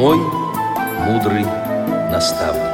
Мой мудрый наставник.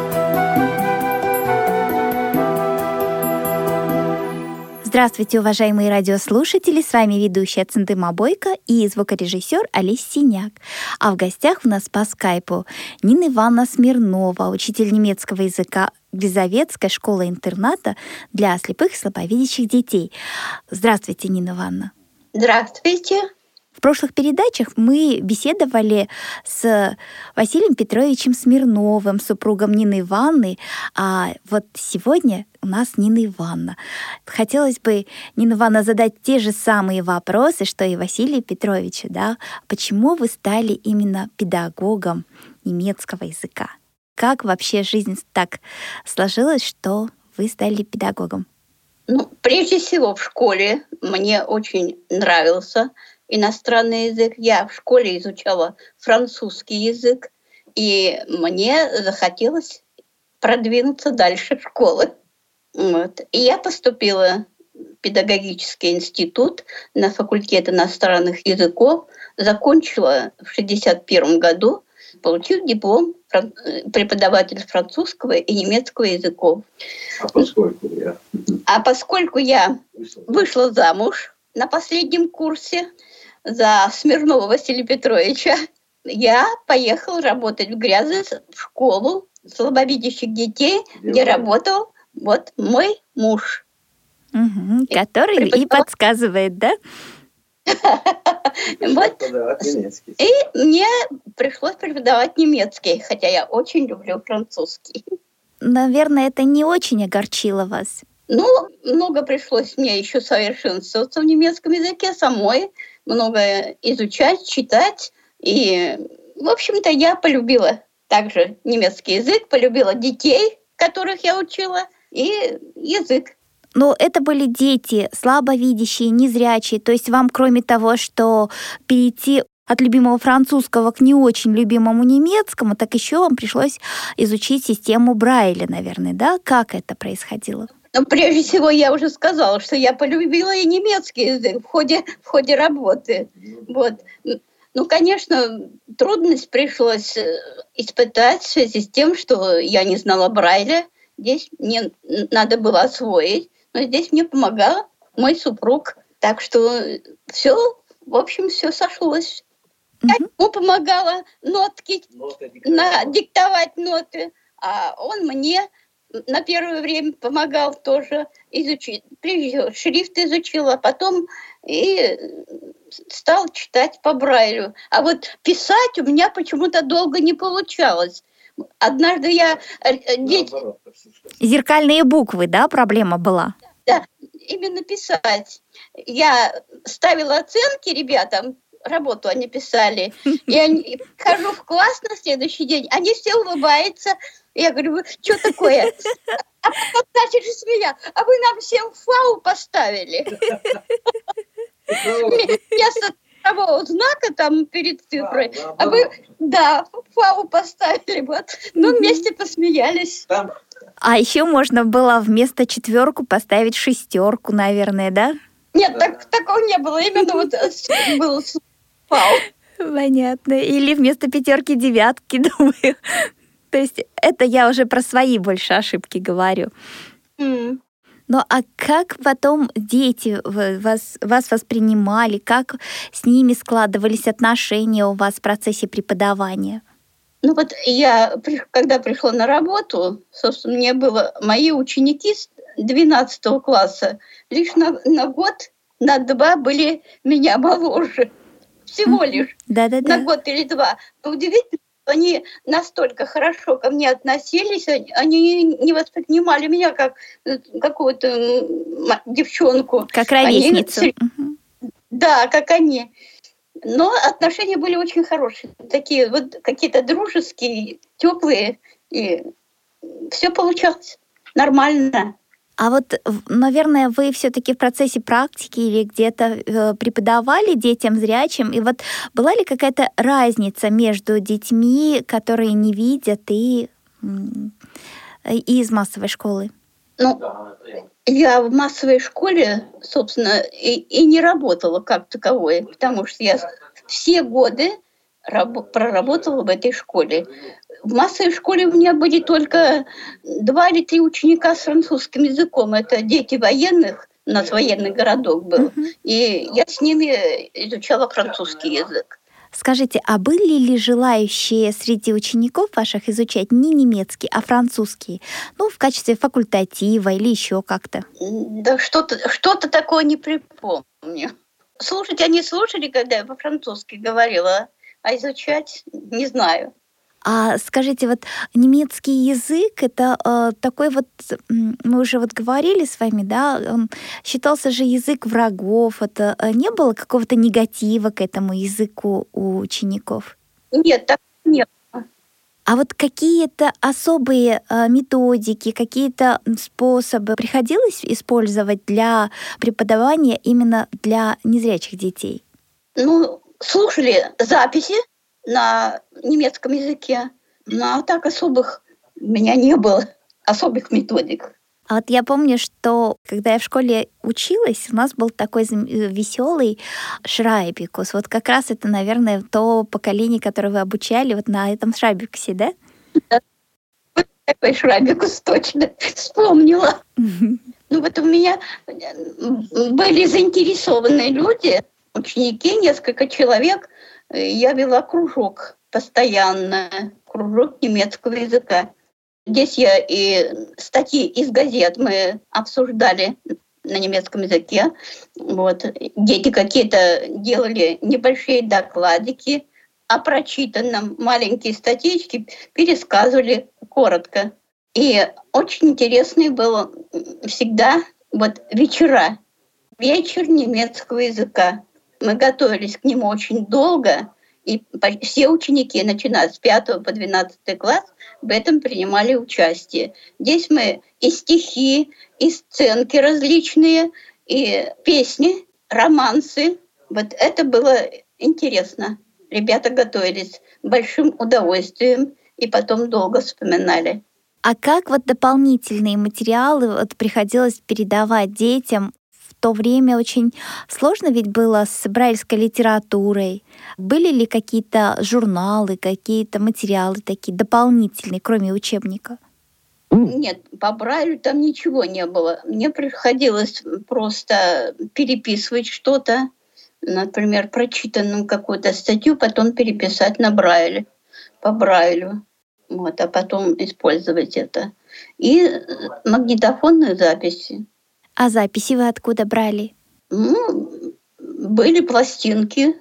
Здравствуйте, уважаемые радиослушатели! С вами ведущая Центыма Бойко и звукорежиссер Олесь Синяк. А в гостях у нас по скайпу Нина Ивановна Смирнова, учитель немецкого языка Грязовецкой школы-интерната для слепых и слабовидящих детей. Здравствуйте, Нина Ивановна! Здравствуйте! В прошлых передачах мы беседовали с Василием Петровичем Смирновым, супругом Нины Ивановны, а вот сегодня у нас Нина Ивановна. Хотелось бы, Нина Ивановна, задать те же самые вопросы, что и Василию Петровичу, да? Почему вы стали именно педагогом немецкого языка? Как вообще жизнь так сложилась, что вы стали педагогом? Прежде всего, в школе мне очень нравился иностранный язык. Я в школе изучала французский язык, и мне захотелось продвинуться дальше школы. И я поступила в педагогический институт на факультет иностранных языков, закончила в 1961 году, получив диплом преподавателя французского и немецкого языков. Поскольку я вышла замуж на последнем курсе за Смирнова Василия Петровича, я поехала работать в Грязовец в школу слабовидящих детей, где работал мой муж. Который и подсказывает, да? И мне пришлось преподавать немецкий, хотя я очень люблю французский. Наверное, это не очень огорчило вас. Много пришлось мне еще совершенствоваться в немецком языке, самой много изучать, читать. И, в общем-то, я полюбила также немецкий язык, полюбила детей, которых я учила, и язык. Но это были дети слабовидящие, незрячие. То есть вам, кроме того, что перейти от любимого французского к не очень любимому немецкому, так еще вам пришлось изучить систему Брайля, наверное, да? Как это происходило? Прежде всего, я уже сказала, что я полюбила и немецкий язык в ходе работы. Конечно, трудность пришлось испытать в связи с тем, что я не знала Брайля. Здесь мне надо было освоить, но здесь мне помогал мой супруг. Так что все сошлось. Я ему помогала диктовать ноты, а он мне на первое время помогал тоже изучить. Прежде всего, шрифт изучила, а потом и стал читать по Брайлю. А вот писать у меня почему-то долго не получалось. Однажды я... Зеркальные буквы, да, проблема была? Да, именно писать. Я ставила оценки ребятам, работу они писали, и я хожу в класс на следующий день, они все улыбаются. Я говорю, что такое? А потом начали смеяться. А вы нам всем фау поставили. Вместо того знака там перед цифрой, а вы, фау поставили. Вместе посмеялись. А еще можно было вместо 4 поставить 6, наверное, да? Нет, такого не было. Именно был фау. Понятно. Или вместо 5 9, думаю. То есть это я уже про свои больше ошибки говорю. А как потом дети вас воспринимали? Как с ними складывались отношения у вас в процессе преподавания? Я, когда пришла на работу, собственно, мне было мои ученики с 12 класса лишь на год, на 2 были меня моложе. Всего лишь. На год или 2. Удивительно, они настолько хорошо ко мне относились, они не воспринимали меня как какую-то девчонку. Как ровесницу. Да, как они. Но отношения были очень хорошие. Такие какие-то дружеские, теплые. И все получалось нормально. А наверное, вы все-таки в процессе практики или где-то преподавали детям зрячим, и была ли какая-то разница между детьми, которые не видят, и из массовой школы? Я в массовой школе, собственно, и не работала как таковой, потому что я все годы проработала в этой школе. В массовой школе у меня были только 2 или 3 ученика с французским языком. Это дети военных, у нас военный городок был. И я с ними изучала французский язык. Скажите, а были ли желающие среди учеников ваших изучать не немецкий, а французский? Ну, в качестве факультатива или еще как-то? Да что-то такое не припомню. Слушать они слушали, когда я по-французски говорила, а изучать не знаю. А скажите, вот немецкий язык это такой вот, мы уже вот говорили с вами, да, он считался же язык врагов. Это не было какого-то негатива к этому языку у учеников? Нет, так нет. А вот какие-то особые методики, какие-то способы приходилось использовать для преподавания именно для незрячих детей? Ну, слушали записи на немецком языке, но так особых у меня не было, особых методик. А вот я помню, что когда я в школе училась, у нас был такой веселый шрайбикус. Вот как раз это, наверное, то поколение, которое вы обучали вот на этом шрайбикусе, да? Да. Вот такой шрайбикус точно вспомнила. Ну вот у меня были заинтересованные люди, ученики, несколько человек. Я вела кружок постоянно, кружок немецкого языка. Здесь я и статьи из газет мы обсуждали на немецком языке. Вот. Дети какие-то делали небольшие докладики о прочитанном, маленькие статейки пересказывали коротко. И очень интересный был всегда вот вечера, вечер немецкого языка. Мы готовились к нему очень долго, и все ученики, начиная с 5 по 12 класс, в этом принимали участие. Здесь мы и стихи, и сценки различные, и песни, романсы. Вот это было интересно. Ребята готовились с большим удовольствием и потом долго вспоминали. А как вот дополнительные материалы вот приходилось передавать детям? В то время очень сложно ведь было с брайльской литературой. Были ли какие-то журналы, какие-то материалы такие дополнительные, кроме учебника? Нет, по Брайлю там ничего не было. Мне приходилось просто переписывать что-то, например, прочитанную какую-то статью, потом переписать на Брайле, по Брайлю, вот, а потом использовать это. И магнитофонные записи. А записи вы откуда брали? Были пластинки,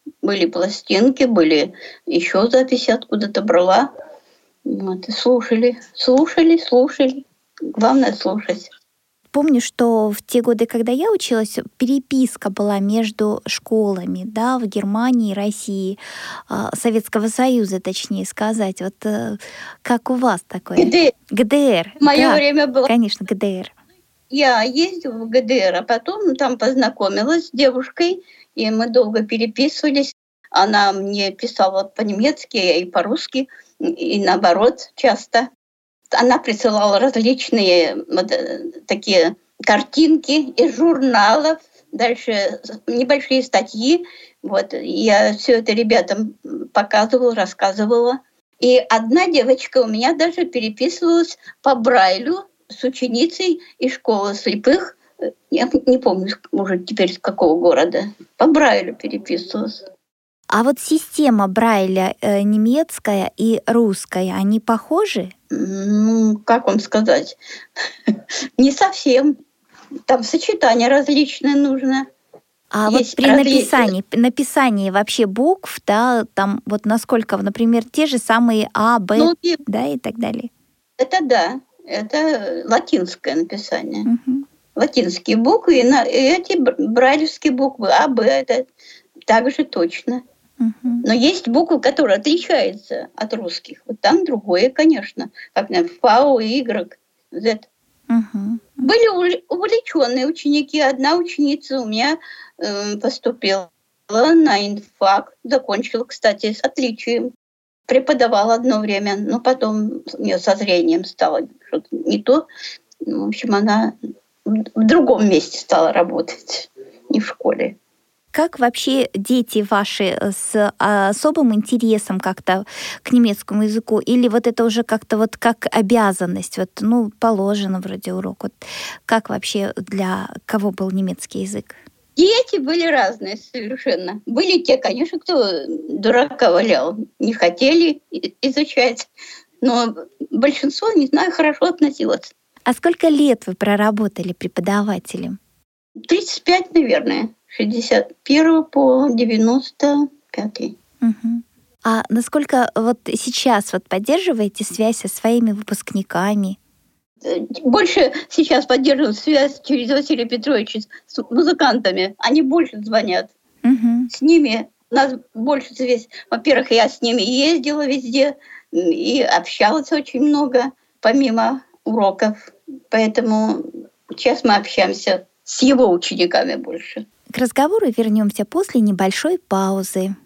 были еще записи откуда-то брала. Вот, и слушали. Главное слушать. Помню, что в те годы, когда я училась, переписка была между школами, да, в Германии и России, Советского Союза, точнее сказать. Вот как у вас такое? ГДР. В мое да, время было. Конечно, ГДР. Я ездила в ГДР, а потом там познакомилась с девушкой, и мы долго переписывались. Она мне писала по-немецки, я и по-русски, и наоборот часто. Она присылала различные вот такие картинки из журналов, дальше небольшие статьи. Вот. Я все это ребятам показывала, рассказывала. И одна девочка у меня даже переписывалась по Брайлю с ученицей из школы слепых. Я не помню уже теперь с какого города. По Брайлю переписывалась. А вот система Брайля немецкая и русская, они похожи? Ну, как вам сказать? Не совсем. Там сочетание различное нужно. А есть вот при написании вообще букв, да, там вот насколько, например, те же самые А, Б, да, и так далее? Это да, это латинское написание. Латинские буквы, и эти брайлевские буквы А, Б, это также точно. Но есть буквы, которые отличаются от русских. Вот там другое, конечно, как, например, Фау, Y, Z. Были увлеченные ученики. Одна ученица у меня поступила на инфак, закончила, кстати, с отличием. Преподавала одно время, но потом у нее со зрением стало что-то не то. В общем, она в другом месте стала работать, не в школе. как вообще дети ваши с особым интересом как-то к немецкому языку? Или вот это уже как-то вот как обязанность? Вот, ну, положено вроде урок. Вот как вообще для кого был немецкий язык? Дети были разные совершенно. Были те, конечно, кто дурака валял, не хотели изучать. Но большинство, не знаю, хорошо относилось. А сколько лет вы проработали преподавателем? 35, наверное. 61 по 95. Мгм. А насколько вот сейчас вот поддерживаете связь со своими выпускниками? Больше сейчас поддерживают связь через Василия Петровича с музыкантами. Они больше звонят. Мгм. С ними у нас больше связь. Во-первых, я с ними ездила везде и общалась очень много, помимо уроков. Поэтому сейчас мы общаемся с его учениками больше. К разговору вернемся после небольшой паузы.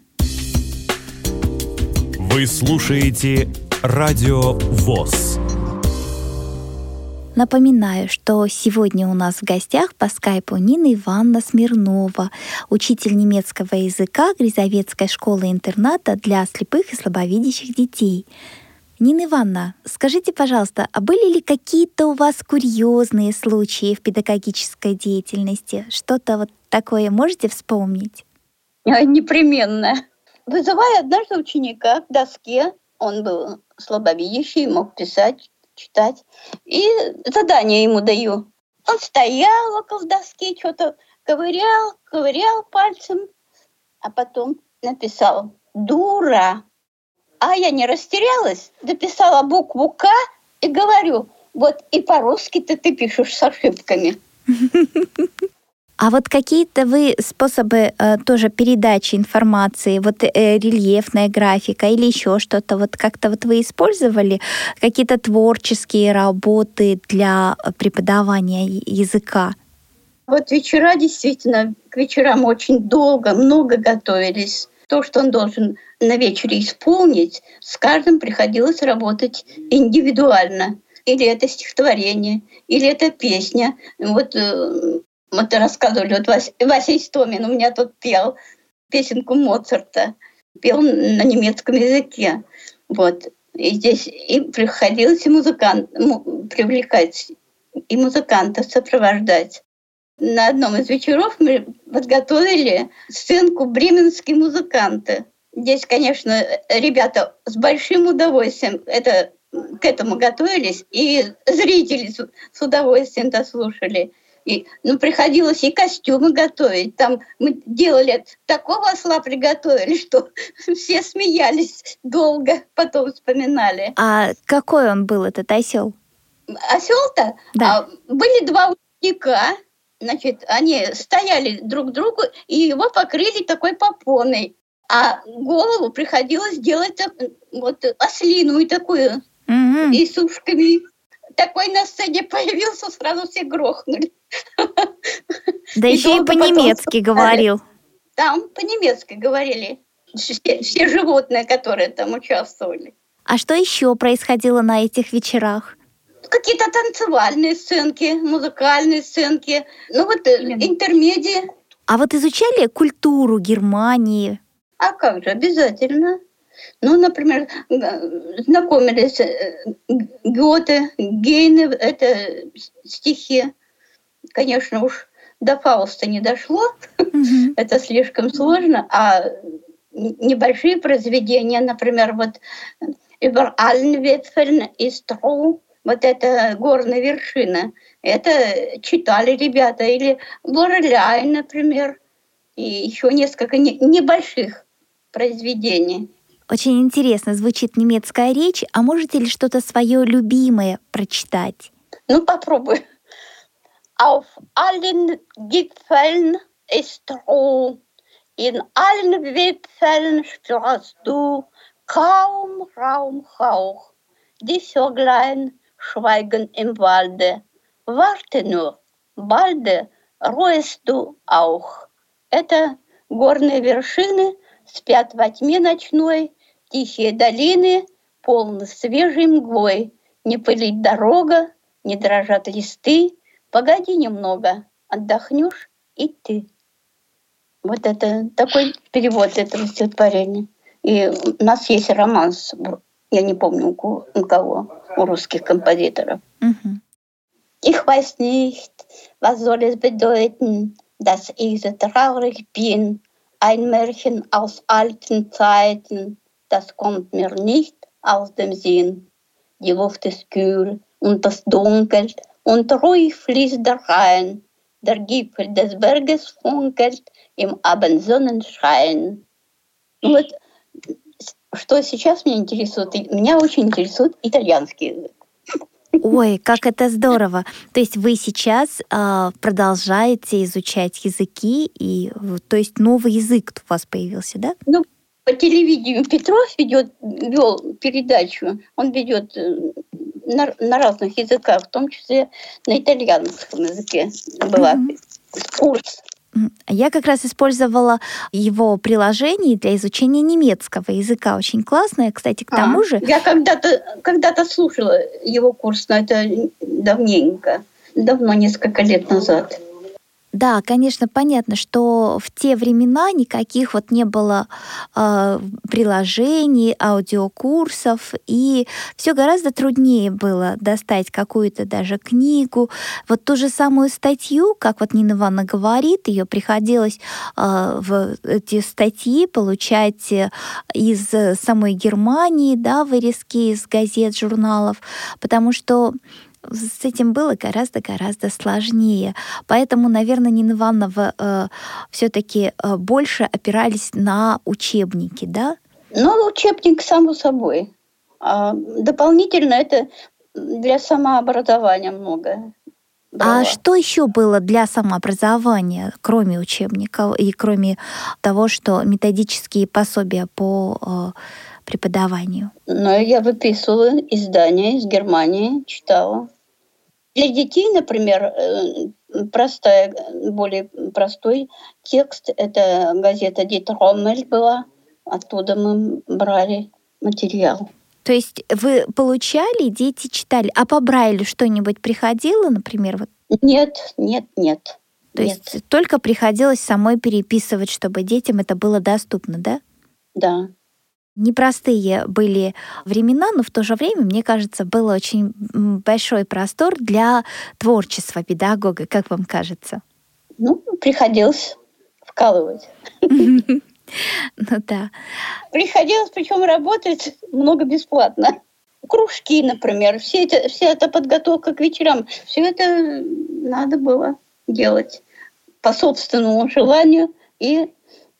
Вы слушаете Радио ВОС. Напоминаю, что сегодня у нас в гостях по скайпу Нина Ивановна Смирнова, учитель немецкого языка Грязовецкой школы-интерната для слепых и слабовидящих детей. Нина Ивановна, скажите, пожалуйста, а были ли какие-то у вас курьезные случаи в педагогической деятельности? Что-то вот такое можете вспомнить? Непременно. Вызывая однажды ученика к доске, он был слабовидящий, мог писать, читать, и задание ему даю. Он стоял около доски, что-то ковырял пальцем, а потом написал «дура». А я не растерялась, дописала букву «К» и говорю, вот и по-русски-то ты пишешь с ошибками. А вот какие-то вы способы тоже передачи информации, вот рельефная графика или еще что-то, вот как-то вот вы использовали какие-то творческие работы для преподавания языка? Вот вечера действительно, к вечерам очень долго, много готовились. То, что он должен на вечере исполнить, с каждым приходилось работать индивидуально. Или это стихотворение, или это песня. Вот мы рассказывали, вот Вася Истомин у меня тут пел песенку Моцарта, пел на немецком языке. Вот. И здесь и приходилось и привлекать, и музыкантов сопровождать. На одном из вечеров мы подготовили сценку «Бременские музыканты». Здесь, конечно, ребята с большим удовольствием к этому готовились, и зрители с удовольствием дослушали. Приходилось и костюмы готовить. Там мы делали, такого осла приготовили, что все смеялись долго, потом вспоминали. А какой он был, этот осел? Осел-то? Да. Были два ученика. Значит, они стояли друг к другу, и его покрыли такой попоной. А голову приходилось делать вот ослиную такую, и с ушками. Такой на сцене появился, сразу все грохнули. Да еще и по-немецки говорил. Там по-немецки говорили все животные, которые там участвовали. А что еще происходило на этих вечерах? Какие-то танцевальные сценки, музыкальные сценки, интермедии. А вот изучали культуру Германии? А как же, обязательно. Например, знакомились Гёте, Гейне, это стихи. Конечно, уж до Фауста не дошло, это слишком сложно, а небольшие произведения, например, вот «Über allen Wipfeln ist Ruhe», вот это горная вершина, это читали ребята, или «Лорелей», например, и еще несколько небольших произведений. Очень интересно звучит немецкая речь. А можете ли что-то свое любимое прочитать? Попробуй. Auf allen Gipfeln ist Ruhe, in allen Wipfeln spürst du kaum Raumhauch. Die Vöglein schweigen im Walde. Warte nur, balde ruhest du auch. Это горные вершины спят во тьме ночной, тихие долины полны свежей мглой. Не пылит дорога, не дрожат листы. Погоди немного, отдохнешь и ты. Вот это такой перевод этого стихотворения. И у нас есть романс, я не помню у кого, у русских композиторов. Мгм. Ich weiß nicht, was soll es bedeuten, dass ich so traurig bin. Ein Märchen aus alten Zeiten, das kommt mir nicht aus dem Sinn. Die Luft ist kühl und das Dunkel und ruhig fließt der Rhein. Der Gipfel des Berges funkelt im Abendsonnenschein. Вот что сейчас меня интересует, меня очень интересует итальянский язык. Ой, как это здорово! То есть вы сейчас продолжаете изучать языки, и то есть новый язык у вас появился, да? Ну, по телевидению Петров вел передачу, он ведет на разных языках, в том числе на итальянском языке была курс. Я как раз использовала его приложение для изучения немецкого языка. Очень классное, кстати, к тому же. Я когда-то слушала его курс, но это давненько, несколько лет назад. Да, конечно, понятно, что в те времена никаких вот не было приложений, аудиокурсов, и все гораздо труднее было достать какую-то даже книгу. Вот ту же самую статью, как вот Нина Ивановна говорит, ее приходилось в эти статьи получать из самой Германии, да, вырезки из газет, журналов, потому что с этим было гораздо сложнее. Поэтому, наверное, Нина Ивановна, все-таки больше опирались на учебники, да? Ну, учебник, само собой. А дополнительно это для самообразования много брала. А что еще было для самообразования, кроме учебников и кроме того, что методические пособия по преподаванию? Но я выписывала издания из Германии, читала. Для детей, например, более простой текст, это газета «Die Trommel» была, оттуда мы брали материал. То есть вы получали, дети читали, а по Брайлю что-нибудь приходило, например? Вот? Нет. То есть только приходилось самой переписывать, чтобы детям это было доступно, да? Да. Непростые были времена, но в то же время, мне кажется, был очень большой простор для творчества педагога, как вам кажется? Ну, приходилось вкалывать. Ну да. Приходилось, причем работать много бесплатно. Кружки, например, вся эта подготовка к вечерам, все это надо было делать по собственному желанию, и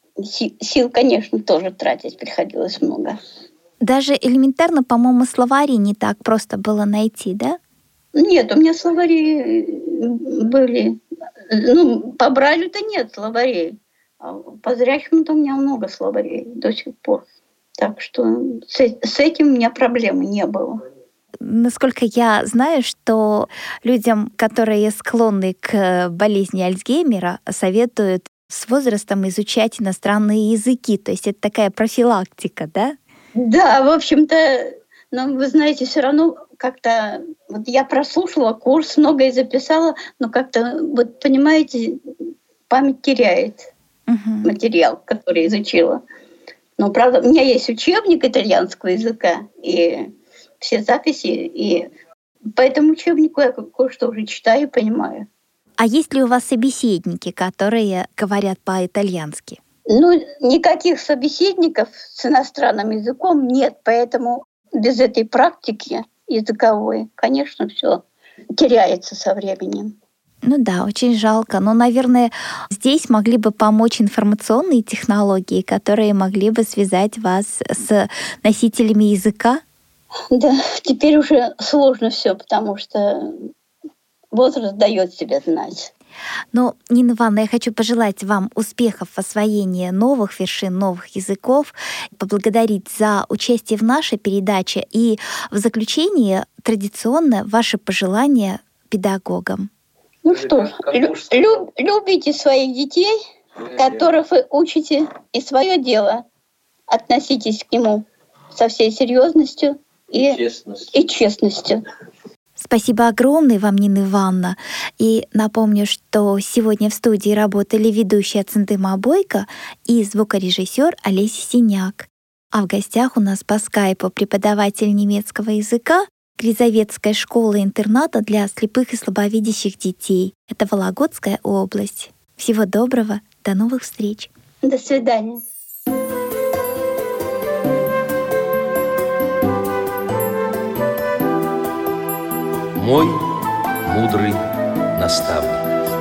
сил, конечно, тоже тратить приходилось много. Даже элементарно, по-моему, словари не так просто было найти, да? Нет, у меня словари были. Ну, по Брайлю-то нет словарей. А по зрячему-то у меня много словарей до сих пор. Так что с этим у меня проблемы не было. Насколько я знаю, что людям, которые склонны к болезни Альцгеймера, советуют с возрастом изучать иностранные языки. То есть это такая профилактика, да? Да, в общем-то, но вы знаете, все равно как-то... Вот я прослушала курс, многое записала, но как-то, вот понимаете, память теряет материал, который изучила. Но, правда, у меня есть учебник итальянского языка и все записи, и по этому учебнику я кое-что уже читаю и понимаю. А есть ли у вас собеседники, которые говорят по-итальянски? Ну, никаких собеседников с иностранным языком нет, поэтому без этой практики языковой, конечно, все теряется со временем. Ну да, очень жалко. Но, наверное, здесь могли бы помочь информационные технологии, которые могли бы связать вас с носителями языка. Да, теперь уже сложно все, потому что возраст дает себя знать. Но, Нина Ивановна, я хочу пожелать вам успехов в освоении новых вершин, новых языков, поблагодарить за участие в нашей передаче и в заключение традиционно ваши пожелания педагогам. Ну что ж, любите своих детей, которых вы учите, и свое дело. Относитесь к нему со всей серьезностью и честностью. Спасибо огромное вам, Нина Ивановна. И напомню, что сегодня в студии работали ведущая Центыма Бойко и звукорежиссер Олеся Синяк. А в гостях у нас по скайпу преподаватель немецкого языка Грязовецкой школы-интерната для слепых и слабовидящих детей. Это Вологодская область. Всего доброго, до новых встреч. До свидания. Мой мудрый наставник.